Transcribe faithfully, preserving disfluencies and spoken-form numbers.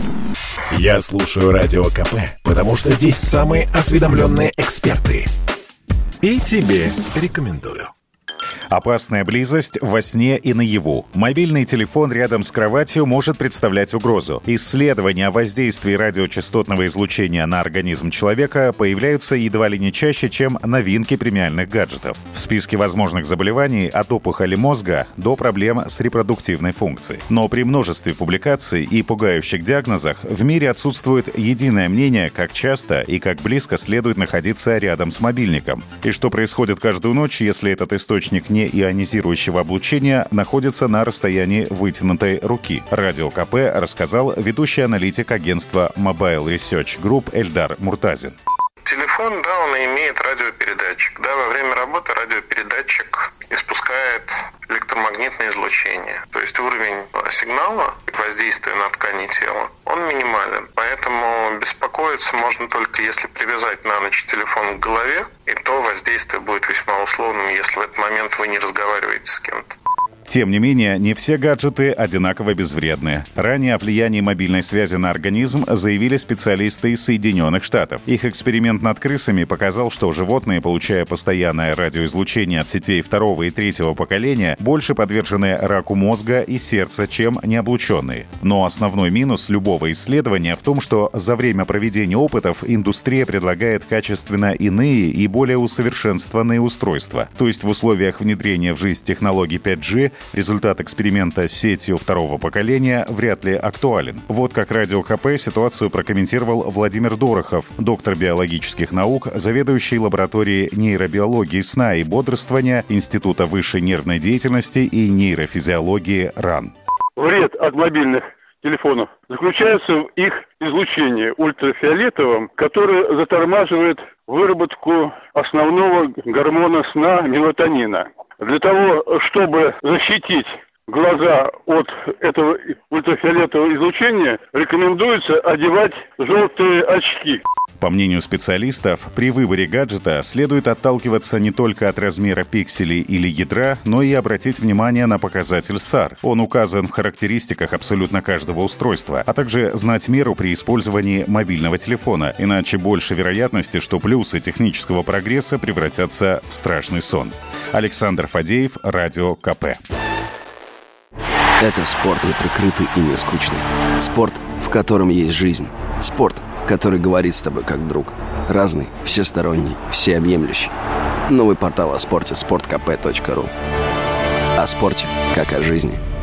Я слушаю Радио КП, потому что здесь самые осведомленные эксперты. И тебе рекомендую. Опасная близость во сне и наяву. Мобильный телефон рядом с кроватью может представлять угрозу. Исследования о воздействии радиочастотного излучения на организм человека появляются едва ли не чаще, чем новинки премиальных гаджетов. В списке возможных заболеваний от опухоли мозга до проблем с репродуктивной функцией. Но при множестве публикаций и пугающих диагнозах в мире отсутствует единое мнение, как часто и как близко следует находиться рядом с мобильником. И что происходит каждую ночь, если этот источник не ионизирующего облучения находится на расстоянии вытянутой руки. Радио КП рассказал ведущий аналитик агентства Mobile Research Group Эльдар Муртазин. Телефон, да, он имеет радиопередатчик. Да, во время работы радиопередатчик испускает электромагнитное излучение. То есть уровень сигнала к воздействию на ткани тела, он минимален. Поэтому беспокоиться можно только если привязать на ночь телефон к голове, и то воздействие будет весьма условным, если в этот момент вы не разговариваете с кем-то. Тем не менее, не все гаджеты одинаково безвредны. Ранее о влиянии мобильной связи на организм заявили специалисты из Соединенных Штатов. Их эксперимент над крысами показал, что животные, получая постоянное радиоизлучение от сетей второго и третьего поколения, больше подвержены раку мозга и сердца, чем необлученные. Но основной минус любого исследования в том, что за время проведения опытов индустрия предлагает качественно иные и более усовершенствованные устройства. То есть в условиях внедрения в жизнь технологий пять джи результат эксперимента с сетью второго поколения вряд ли актуален. Вот как Радио КП ситуацию прокомментировал Владимир Дорохов, доктор биологических наук, заведующий лабораторией нейробиологии сна и бодрствования Института высшей нервной деятельности и нейрофизиологии РАН. Вред от мобильных телефонов заключается в их излучении ультрафиолетовом, которое затормаживает выработку основного гормона сна мелатонина. Для того, чтобы защитить глаза от этого ультрафиолетового излучения, рекомендуется одевать желтые очки. По мнению специалистов, при выборе гаджета следует отталкиваться не только от размера пикселей или ядра, но и обратить внимание на показатель САР. Он указан в характеристиках абсолютно каждого устройства, а также знать меру при использовании мобильного телефона, иначе больше вероятности, что плюсы технического прогресса превратятся в страшный сон. Александр Фадеев, Радио КП. Это спорт неприкрытый и не скучный. Спорт, в котором есть жизнь. Спорт, который говорит с тобой как друг. Разный, всесторонний, всеобъемлющий. Новый портал о спорте – спорт кэ пэ точка ру. О спорте, как о жизни.